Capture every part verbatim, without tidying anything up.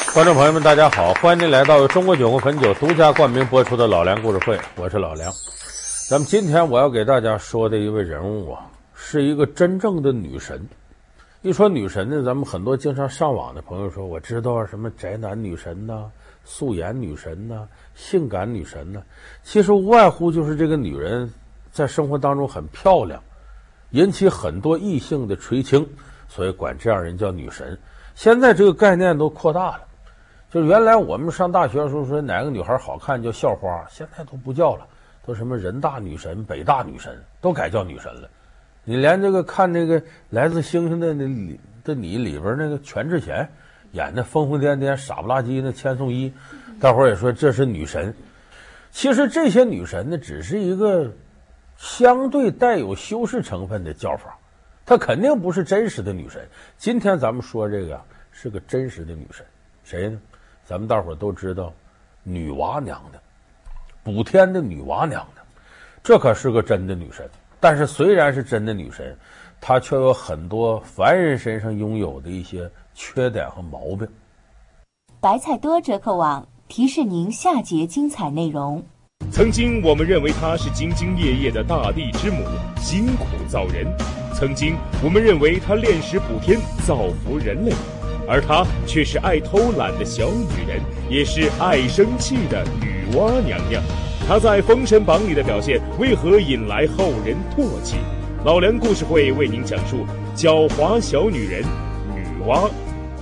观众朋友们，大家好，欢迎您来到由中国酒国汾酒独家冠名播出的老梁故事会，我是老梁。咱们今天我要给大家说的一位人物啊，是一个真正的女神。一说女神呢，咱们很多经常上网的朋友说，我知道什么宅男女神呐、啊、素颜女神呐、啊、性感女神呐、啊，其实无外乎就是这个女人在生活当中很漂亮，引起很多异性的垂青，所以管这样人叫女神。现在这个概念都扩大了，就是原来我们上大学的时候说哪个女孩好看叫校花，现在都不叫了，都什么人大女神、北大女神，都改叫女神了。你连这个看那个来自星星的那的你里边那个全智贤演的疯疯癫癫傻不拉几那千颂伊，大伙儿也说这是女神。其实这些女神呢，只是一个相对带有修饰成分的叫法，她肯定不是真实的女神。今天咱们说这个是个真实的女神，谁呢？咱们大伙儿都知道，女娲娘娘，补天的女娲娘娘，这可是个真的女神。但是虽然是真的女神，她却有很多凡人身上拥有的一些缺点和毛病。 白菜多折扣网提示您下节精彩内容。 曾经我们认为她是兢兢业业的大地之母，辛苦造人；曾经我们认为她炼石补天，造福人类，而她却是爱偷懒的小女人，也是爱生气的女娲娘娘。她在《封神榜》里的表现为何引来后人唾弃？老梁故事会为您讲述狡猾小女人女娲。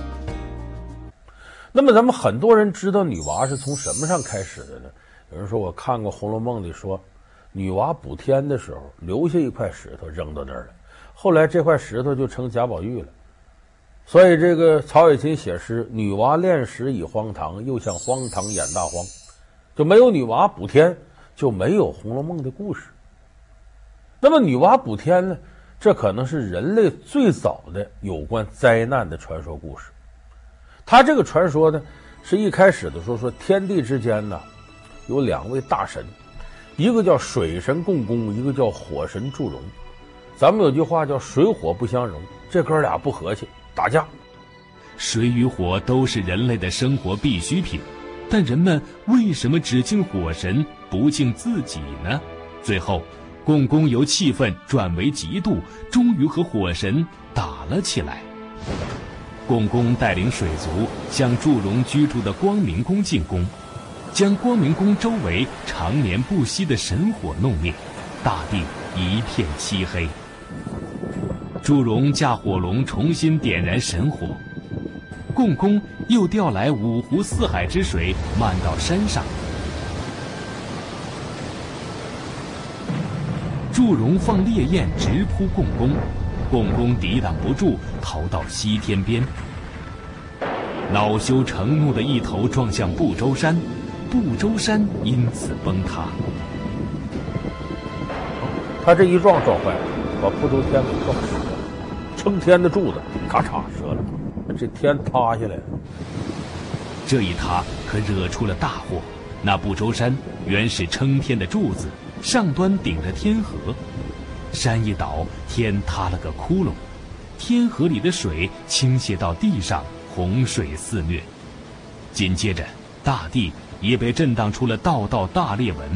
那么咱们很多人知道女娲是从什么上开始的呢？有人说我看过《红楼梦》里说，女娲补天的时候留下一块石头扔到那儿了，后来这块石头就成贾宝玉了。所以这个曹雪芹写诗，女娲炼石已荒唐，又向荒唐演大荒，就没有女娲补天，就没有《红楼梦》的故事。那么女娲补天呢，这可能是人类最早的有关灾难的传说故事。它这个传说呢，是一开始的时候说天地之间呢有两位大神，一个叫水神共工，一个叫火神祝融。咱们有句话叫水火不相容，这哥俩不和气，打架。 水与火都是人类的生活必需品，但人们为什么只敬火神不敬自己呢？最后共工由气愤转为嫉妒，终于和火神打了起来。共工带领水族向祝融居住的光明宫进攻，将光明宫周围常年不息的神火弄灭，大地一片漆黑。祝融驾火龙重新点燃神火，共工又调来五湖四海之水漫到山上。祝融放烈焰直扑共工，共工抵挡不住，逃到西天边。恼羞成怒的一头撞向不周山，不周山因此崩塌。 他这一撞撞坏了，把不周天给撞折了，撑天的柱子咔嚓折了，这天塌下来了。 这一塌可惹出了大祸。那不周山原是撑天的柱子，上端顶着天河，山一倒，天塌了个窟窿，天河里的水倾泻到地上，洪水肆虐。紧接着大地也被震荡出了道道大裂纹，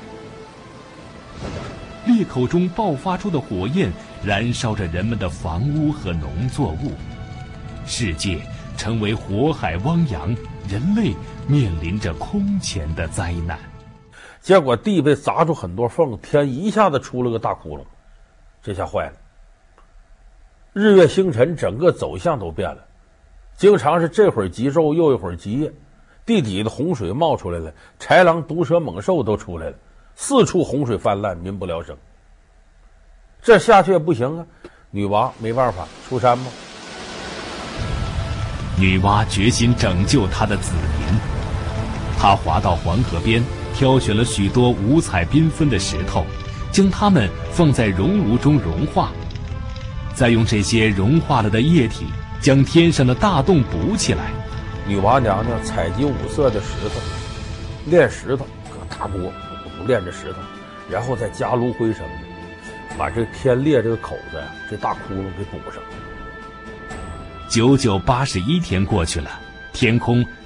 裂口中爆发出的火焰燃烧着人们的房屋和农作物，世界成为火海汪洋，人类面临着空前的灾难。 结果地被砸出很多缝，天一下子出了个大窟窿，这下坏了。日月星辰整个走向都变了，经常是这会儿极昼又一会儿极夜，地底的洪水冒出来了，豺狼毒蛇猛兽都出来了，四处洪水泛滥，民不聊生。这下去也不行啊，女娲没办法出山吗？ 女娲决心拯救她的子民，她滑到黄河边，挑选了许多五彩缤纷的石头，将它们放在熔炉中融化，再用这些融化了的液体将天上的大洞补起来。 女娲娘娘采集五色的石头，炼石头，搁大锅炼这石头，然后再加炉灰什么的，把这天裂这个口子呀，这大窟窿给补上。 九九八十一天过去了，天空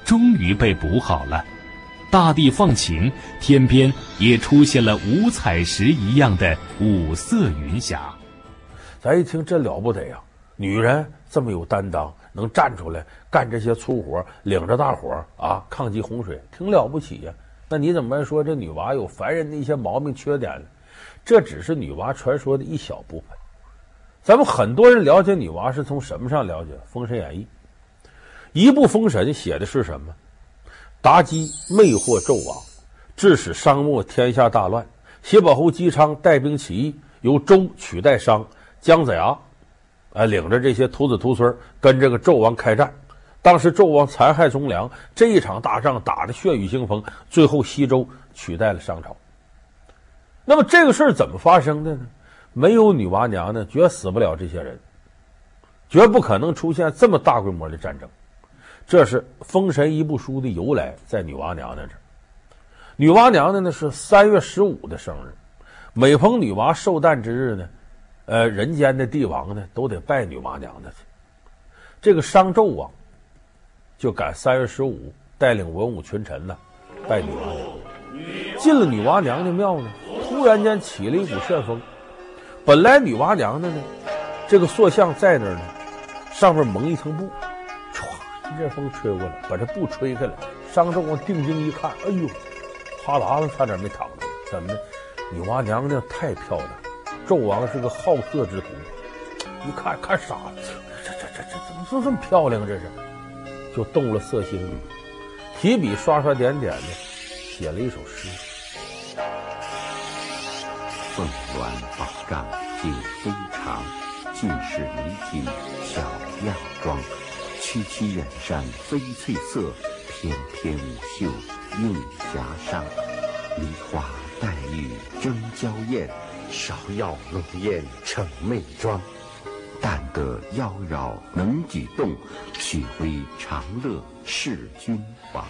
终于被补好了。大地放晴，天边也出现了五彩石一样的五色云霞。 咱一听这了不得呀，女人这么有担当，能站出来干这些粗活，领着大伙啊抗击洪水，挺了不起呀。那你怎么说这女娲有烦人的一些毛病缺点呢？这只是女娲传说的一小部分。咱们很多人了解女娲是从什么上了解？《封神演义》一部《封神》写的是什么？妲己魅惑纣王，致使商末天下大乱。西伯侯姬昌带兵起义，由周取代商，姜子牙啊领着这些徒子徒孙跟这个纣王开战。当时纣王残害忠良，这一场大仗打得血雨腥风，最后西周取代了商朝。那么这个事儿怎么发生的呢？没有女娲娘娘，绝死不了这些人，绝不可能出现这么大规模的战争。这是《封神》一部书的由来，在女娲娘娘这儿。女娲娘娘呢是三月十五的生日，每逢女娲寿诞之日呢，呃，人间的帝王呢都得拜女娲娘娘去。这个商纣王就赶三月十五，带领文武群臣呢拜女娲娘娘。进了女娲娘娘庙呢，突然间起了一股旋风。本来女娲娘娘呢，这个塑像在那儿呢，上面蒙一层布。一阵风吹过来，把这布吹开了。商纣王定睛一看，哎呦，哈喇子差点没淌出来。怎么呢？女娲娘娘太漂亮，纣王是个好色之徒，一看看傻了，这这这这怎么就这么漂亮？这是，就动了色心了，提笔刷刷点点的写了一首诗： 凤鸾宝帐尽飞长，尽是离体巧样妆。区区远山飞翠色，翩翩舞袖映霞裳。梨花带雨争娇艳，芍药浓艳逞媚妆。但得妖娆能举动，取回长乐弑君王。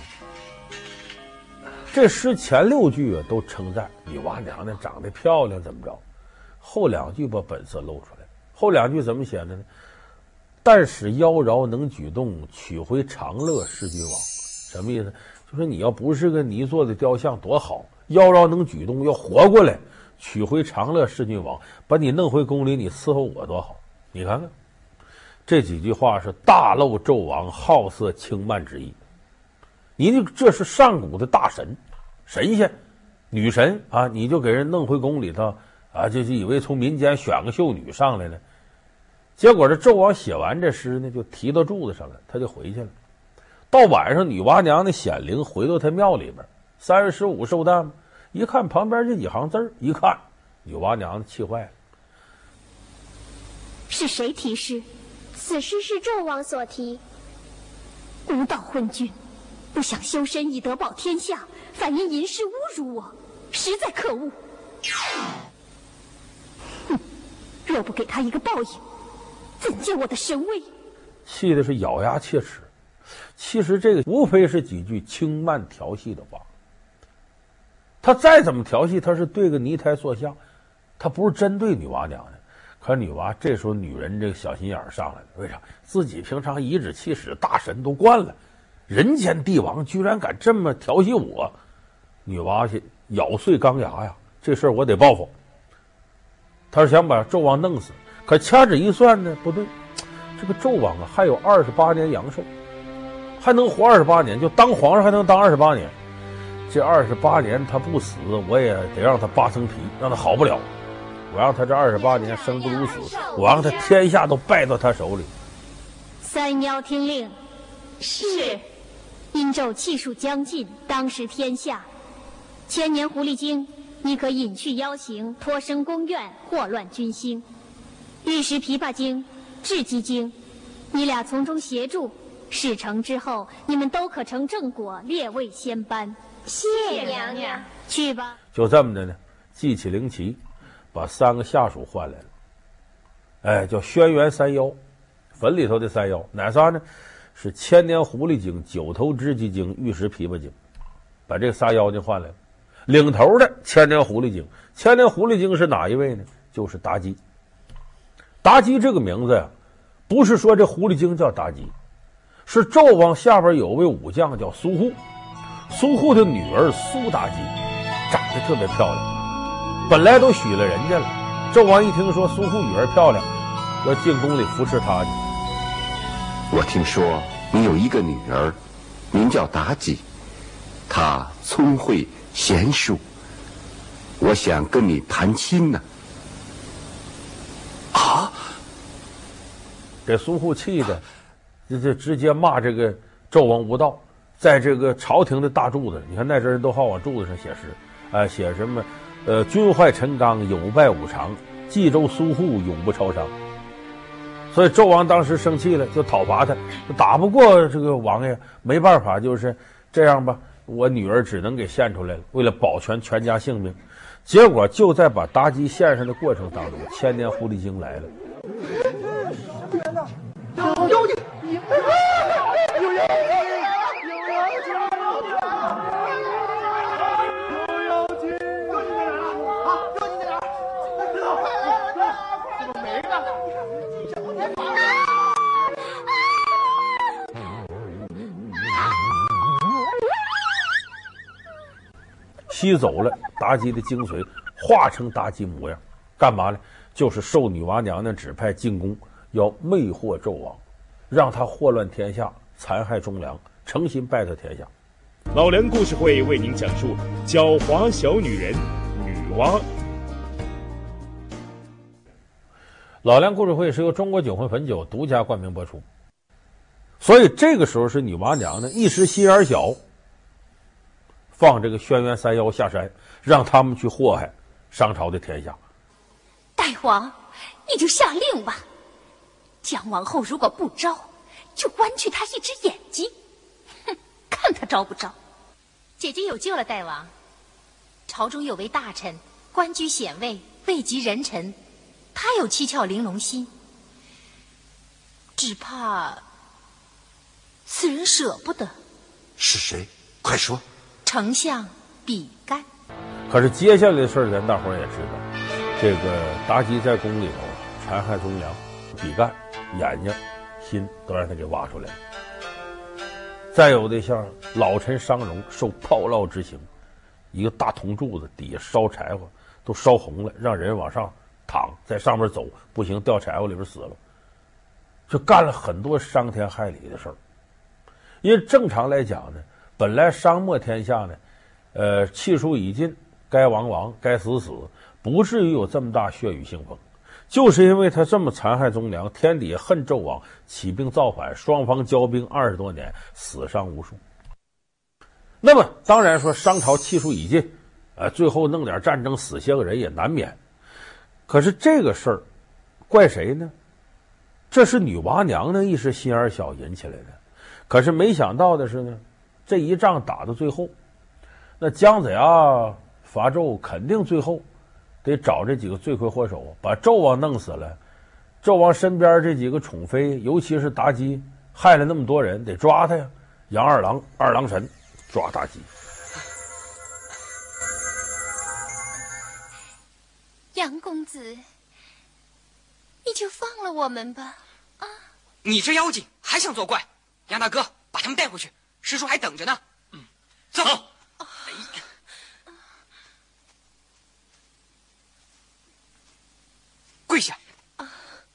这诗前六句啊都称赞女娲娘娘长得漂亮，怎么着？后两句把本色露出来。后两句怎么写的呢？但使妖娆能举动，取回长乐弑君王。什么意思？就说你要不是个泥做的雕像多好，妖娆能举动，要活过来，取回长乐弑君王，把你弄回宫里，你伺候我多好。你看看这几句话是大露纣王好色轻慢之意。你这是上古的大神神仙女神啊，你就给人弄回宫里头啊，就是以为从民间选个秀女上来了。结果这纣王写完这诗呢，就提到柱子上了，他就回去了。到晚上，女娲娘的显灵回到他庙里边，三月十五寿诞嘛，一看旁边这几行字儿，一看女娲娘的气坏了。 是谁题诗？此诗是纣王所题。无道昏君，不想修身以德保天下，反因淫诗侮辱我，实在可恶。哼！若不给他一个报应，怎见我的神威？ 气的是咬牙切齿。其实这个无非是几句轻慢调戏的话。他再怎么调戏，他是对个泥胎塑像，他不是针对女娲娘娘。可女娲这时候女人这个小心眼上来了，为啥？自己平常颐指气使，大神都惯了，人间帝王居然敢这么调戏我，女娲去咬碎钢牙呀！这事儿我得报复。他是想把纣王弄死，可掐指一算呢，不对，这个纣王啊还有二十八年阳寿，还能活二十八年，就当皇上还能当二十八年。这二十八年他不死，我也得让他扒层皮，让他好不了。我让他这二十八年生不如死，我让他天下都败到他手里。 三妖听令。是。殷纣气数将尽，当时天下。千年狐狸精，你可隐去妖形，脱生宫苑，祸乱军心。玉石琵琶精、雉鸡精，你俩从中协助，事成之后，你们都可成正果，列位仙班。 谢娘娘。 去吧。 就这么的呢，记起灵旗，把三个下属换来了。哎，叫轩辕三妖，坟里头的三妖，哪仨呢？是千年狐狸精、九头雉鸡精、玉石琵琶精，把这仨妖精换来了。领头的千年狐狸精，千年狐狸精是哪一位呢？就是妲己。妲己这个名字呀，不是说这狐狸精叫妲己， 是纣王下边有位武将叫苏护，苏护的女儿苏妲己长得特别漂亮，本来都许了人家了。纣王一听说苏护女儿漂亮，要进宫里扶持她去。 我听说你有一个女儿，名叫妲己，她聪慧贤淑，我想跟你谈亲呢。 啊！给苏护气的，这这直接骂这个纣王无道。在这个朝廷的大柱子，你看那阵人都好往柱子上写诗，啊、呃，写什么？呃，君坏陈刚，有败五常，冀州苏护永不超商。所以纣王当时生气了，就讨伐他，打不过这个王爷，没办法，就是这样吧，我女儿只能给献出来了，为了保全全家性命。结果就在把妲己献上的过程当中，千年狐狸精来了。 有妖精！有妖精！ 吸走了妲己的精髓，化成妲己模样，干嘛呢？就是受女娲娘娘指派进宫，要魅惑纣王，让他祸乱天下，残害忠良，诚心败他天下。 老梁故事会为您讲述狡猾小女人女娲。 老梁故事会是由中国酒魂汾酒独家冠名播出，所以这个时候是女娲娘娘一时心眼小，放这个轩辕三妖下山，让他们去祸害商朝的天下。 大王，你就下令吧，姜王后如果不招，就剜去他一只眼睛，哼，看他招不招。 姐姐有救了，大王。朝中有位大臣，官居显位，位极人臣，他有七窍玲珑心，只怕此人舍不得。 是谁？快说。 丞相比干。 可是接下来的事儿，咱大伙儿也知道，这个妲己在宫里头残害忠良，比干眼睛、心都让他给挖出来了。再有的像老臣商容受炮烙之刑，一个大铜柱子底下烧柴火都烧红了，让人往上躺，在上面走，不行掉柴火里边死了，就干了很多伤天害理的事儿。因为正常来讲呢，本来商末天下呢，呃，气数已尽，该亡亡，该死死，不至于有这么大血雨腥风。就是因为他这么残害忠良，天底下恨纣王，起兵造反，双方交兵二十多年，死伤无数。那么当然说商朝气数已尽，呃，最后弄点战争死些个人也难免。可是这个事儿怪谁呢？这是女娲娘娘一时心眼小引起来的。可是没想到的是呢，这一仗打到最后，那姜子牙伐纣肯定最后得找这几个罪魁祸首，把纣王弄死了，纣王身边这几个宠妃，尤其是妲己，害了那么多人，得抓他呀。杨二郎、二郎神抓妲己。 杨公子，你就放了我们吧。啊！ 你这妖精还想作怪？杨大哥，把他们带回去，师叔还等着呢。嗯，走。 啊、 跪下。 啊！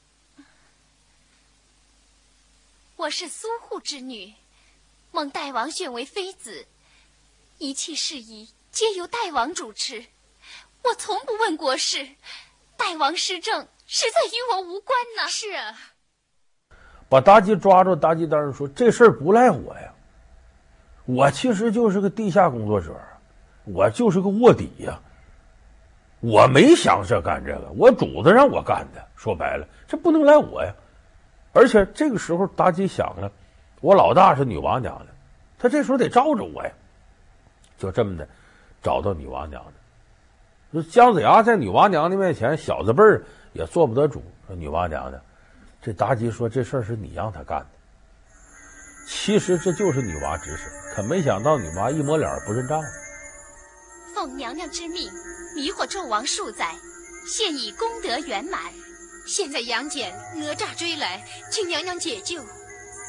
我是苏护之女，蒙大王选为妃子，一切事宜皆由大王主持。我从不问国事，大王施政实在与我无关呢。 是啊。 把妲己抓住，妲己当然说这事儿不赖我呀，我其实就是个地下工作者，我就是个卧底呀，我没想着干这个，我主子让我干的，说白了这不能赖我呀。而且这个时候妲己想了，我老大是女娲娘娘，她这时候得罩着我呀，就这么的找到女娲娘娘。姜子牙在女娲娘娘面前小字辈儿也做不得主，说女娲娘娘，这妲己说这事儿是你让她干的，其实这就是女娲指使，可没想到女娲一抹脸不认账。 奉娘娘之命，迷惑纣王数载，现已功德圆满。现在杨戬哪吒追来，请娘娘解救。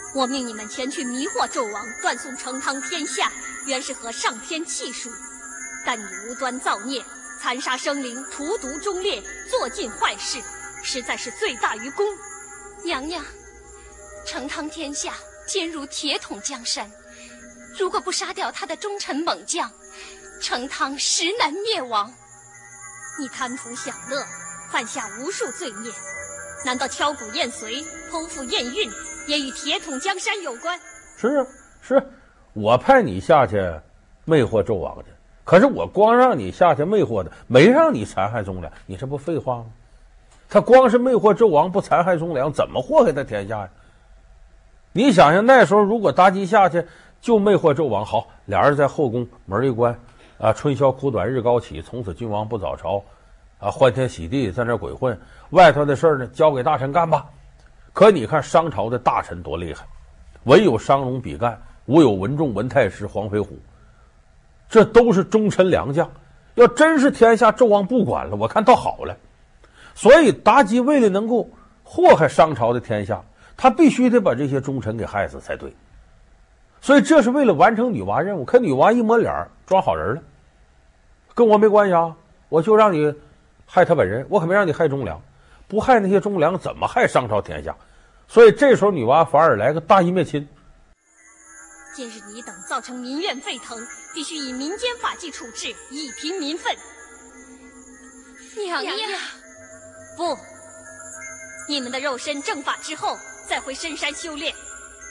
我命你们前去迷惑纣王，断送成汤天下，原是和上天气数。但你无端造孽，残杀生灵，荼毒忠烈，做尽坏事，实在是罪大于公。 娘娘，成汤天下坚如铁桶江山，如果不杀掉他的忠臣猛将，成汤实难灭亡。 你贪图享乐，犯下无数罪孽，难道敲鼓验髓、剖腹验孕也与铁桶江山有关？ 是啊，是我派你下去魅惑纣王去，可是我光让你下去魅惑的，没让你残害忠良，你这不废话吗？他光是魅惑纣王，不残害忠良，怎么祸害他天下呀？你想想那时候，如果妲己下去就魅惑纣王，好，俩人在后宫门一关啊，春宵苦短日高起，从此君王不早朝啊，欢天喜地在那鬼混，外头的事儿呢交给大臣干吧。可你看商朝的大臣多厉害，文有商容比干，武有文仲、文太师、黄飞虎，这都是忠臣良将。要真是天下纣王不管了，我看倒好了。所以妲己为了能够祸害商朝的天下，他必须得把这些忠臣给害死才对。所以这是为了完成女娲任务。可女娲一抹脸装好人了，跟我没关系啊，我就让你害他本人，我可没让你害忠良，不害那些忠良怎么害商朝天下？所以这时候女娲反而来个大义灭亲。 今日你等造成民怨沸腾，必须以民间法纪处置，以平民愤。 娘娘， 不，你们的肉身正法之后，再回深山修炼。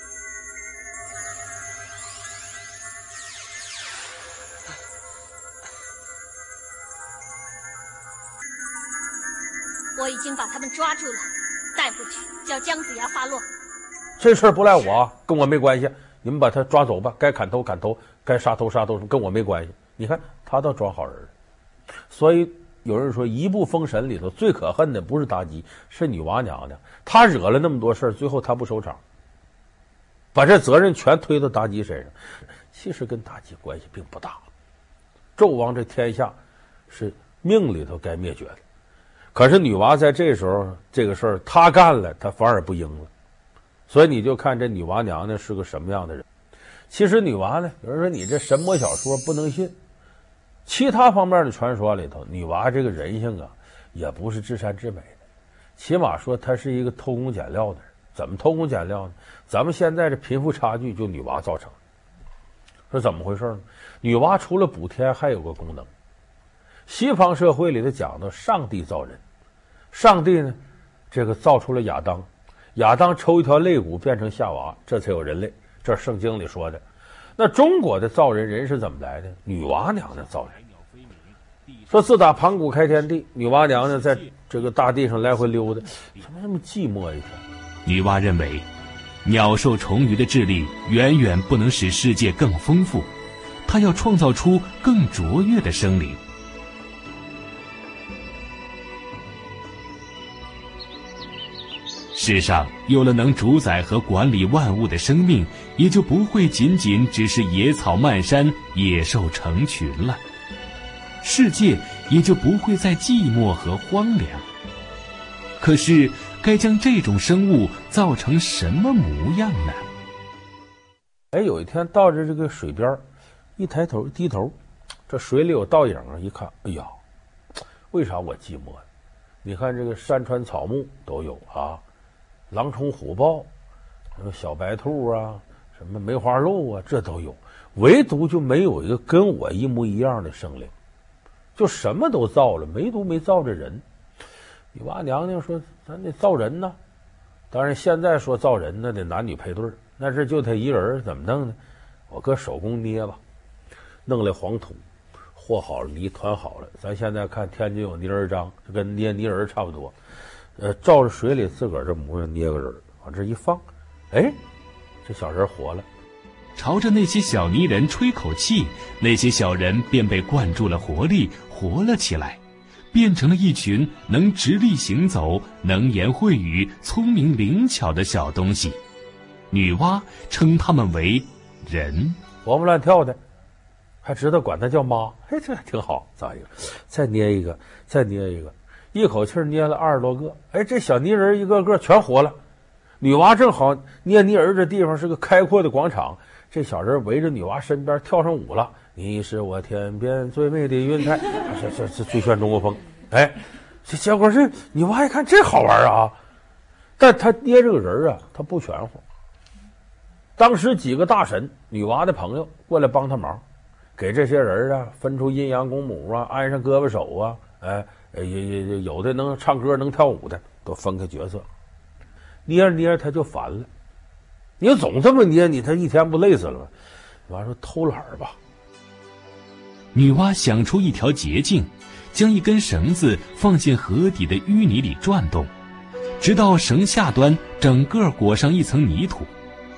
我已经把他们抓住了，带回去叫姜子牙发落。 这事儿不赖我，跟我没关系。你们把他抓走吧，该砍头砍头，该杀头杀头，跟我没关系。你看他倒装好人了。所以有人说，一部《封神》里头最可恨的不是妲己，是女娲娘娘。她惹了那么多事儿，最后她不收场，把这责任全推到妲己身上。其实跟妲己关系并不大。纣王这天下是命里头该灭绝的，可是女娲在这时候这个事儿她干了，她反而不应了。所以你就看这女娲娘娘是个什么样的人。其实女娲呢，有人说你这神魔小说不能信，其他方面的传说里头，女娲这个人性啊，也不是至善至美的，起码说她是一个偷工减料的人。怎么偷工减料呢？咱们现在这贫富差距就女娲造成。是怎么回事呢？女娲除了补天还有个功能。西方社会里头讲到上帝造人，上帝呢这个造出了亚当，亚当抽一条肋骨变成夏娃，这才有人类，这是圣经里说的。那中国的造人，人是怎么来的？女娲娘娘造人。说自打盘古开天地，女娲娘娘在这个大地上来回溜达，怎么这么寂寞一天？ 女娲认为，鸟兽虫鱼的智力远远不能使世界更丰富，她要创造出更卓越的生灵。世上有了能主宰和管理万物的生命，也就不会仅仅只是野草漫山、野兽成群了，世界也就不会再寂寞和荒凉。可是该将这种生物造成什么模样呢？ 哎，有一天到这这个水边，一抬头一低头，这水里有倒影啊，一看，哎呀，为啥我寂寞？你看这个山川草木都有啊，狼虫虎豹，什么小白兔啊，什么梅花鹿啊，这都有，唯独就没有一个跟我一模一样的生灵，就什么都造了，唯独没造这人。女娲娘娘说：“咱得造人呢。”当然，现在说造人呢，得男女配对，那是就他一人，怎么弄呢？我搁手工捏吧，弄来黄土，和好了泥团好了。咱现在看天津有泥人张，就跟捏泥人差不多。呃，照着水里自个儿这模样捏个人，往这一放，哎，这小人活了。 朝着那些小泥人吹口气，那些小人便被灌注了活力，活了起来。变成了一群能直立行走、能言会语、聪明灵巧的小东西。女娲称他们为人， 活蹦乱跳的，还知道管他叫妈，哎，这挺好。咋一个？再捏一个，再捏一个，一口气捏了二十多个。哎，这小泥人一个个全活了。 女娃正好捏泥人这地方是个开阔的广场，这小人围着女娃身边跳上舞了。你是我天边最美的云彩，这这这最炫中国风。哎，这结果是女娃一看这好玩啊，但她捏这个人啊，她不全乎。当时几个大神，女娃的朋友过来帮她忙，给这些人啊分出阴阳公母啊，安上胳膊手啊，哎，也也有的能唱歌能跳舞的，都分开角色。捏着捏着他就烦了，你总这么捏你，他一天不累死了吗？完说偷懒吧。 女娲想出一条捷径，将一根绳子放进河底的淤泥里转动，直到绳下端整个裹上一层泥土。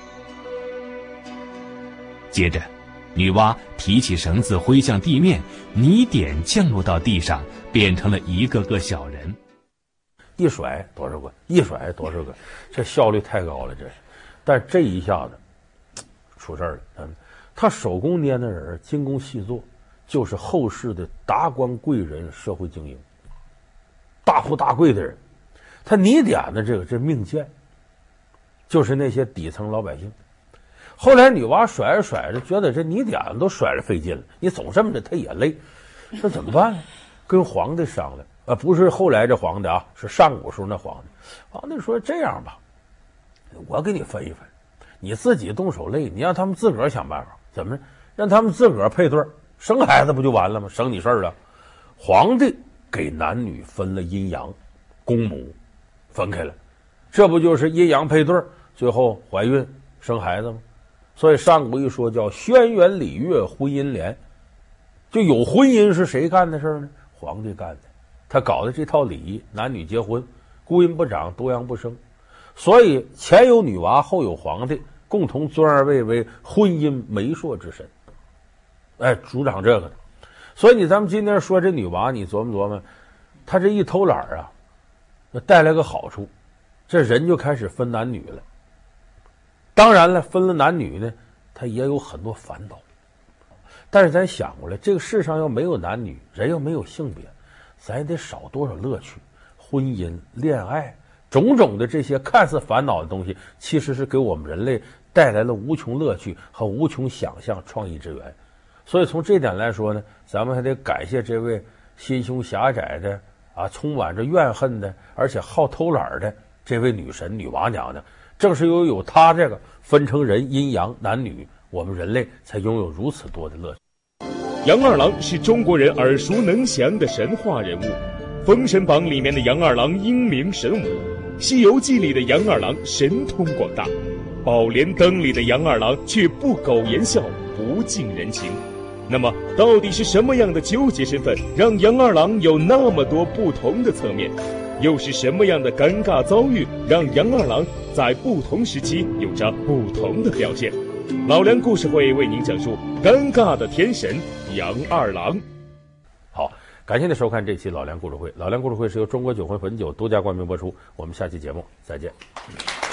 接着女娲提起绳子挥向地面，泥点降落到地上，变成了一个个小人。 一甩多少个，一甩多少个，这效率太高了，这是。但这一下子出事儿了。嗯，他手工捏的人精工细作，就是后世的达官贵人、社会精英、大富大贵的人。他泥点的这个这命贱，就是那些底层老百姓。后来女娲甩着甩着，觉得这泥点都甩着费劲了，你总这么着他也累，这怎么办呢？跟皇帝商量。啊，不是后来这皇帝啊，是上古时候那皇帝。皇帝说：“这样吧，我给你分一分，你自己动手累，你让他们自个儿想办法，怎么着？让他们自个儿配对生孩子不就完了吗？省你事儿了。”皇帝给男女分了阴阳、公母，分开了，这不就是阴阳配对，最后怀孕生孩子吗？所以上古一说叫轩辕礼乐婚姻联，就有婚姻是谁干的事儿呢？皇帝干的。他搞的这套礼仪，男女结婚，孤阴不长，多阳不生，所以前有女娲，后有皇帝，共同尊二位为婚姻媒妁之神，哎，主张这个的。所以你咱们今天说这女娲，你琢磨琢磨，她这一偷懒啊，带来个好处，这人就开始分男女了。当然了，分了男女呢，他也有很多烦恼。但是咱想过来，这个世上要没有男女，人又没有性别，咱也得少多少乐趣？婚姻、恋爱，种种的这些看似烦恼的东西，其实是给我们人类带来了无穷乐趣和无穷想象、创意之源。所以从这点来说呢，咱们还得感谢这位心胸狭窄的啊，充满着怨恨的，而且好偷懒的这位女神女娲娘娘。正是由于有她这个分成人阴阳男女，我们人类才拥有如此多的乐趣。 杨二郎是中国人耳熟能详的神话人物，《封神榜》里面的杨二郎英明神武，《西游记》里的杨二郎神通广大，《宝莲灯》里的杨二郎却不苟言笑，不近人情。那么，到底是什么样的纠结身份，让杨二郎有那么多不同的侧面？又是什么样的尴尬遭遇，让杨二郎在不同时期有着不同的表现？老梁故事会为您讲述尴尬的天神杨二郎。 好，感谢您收看这期老梁故事会。老梁故事会是由中国酒魂汾酒独家冠名播出。我们下期节目再见。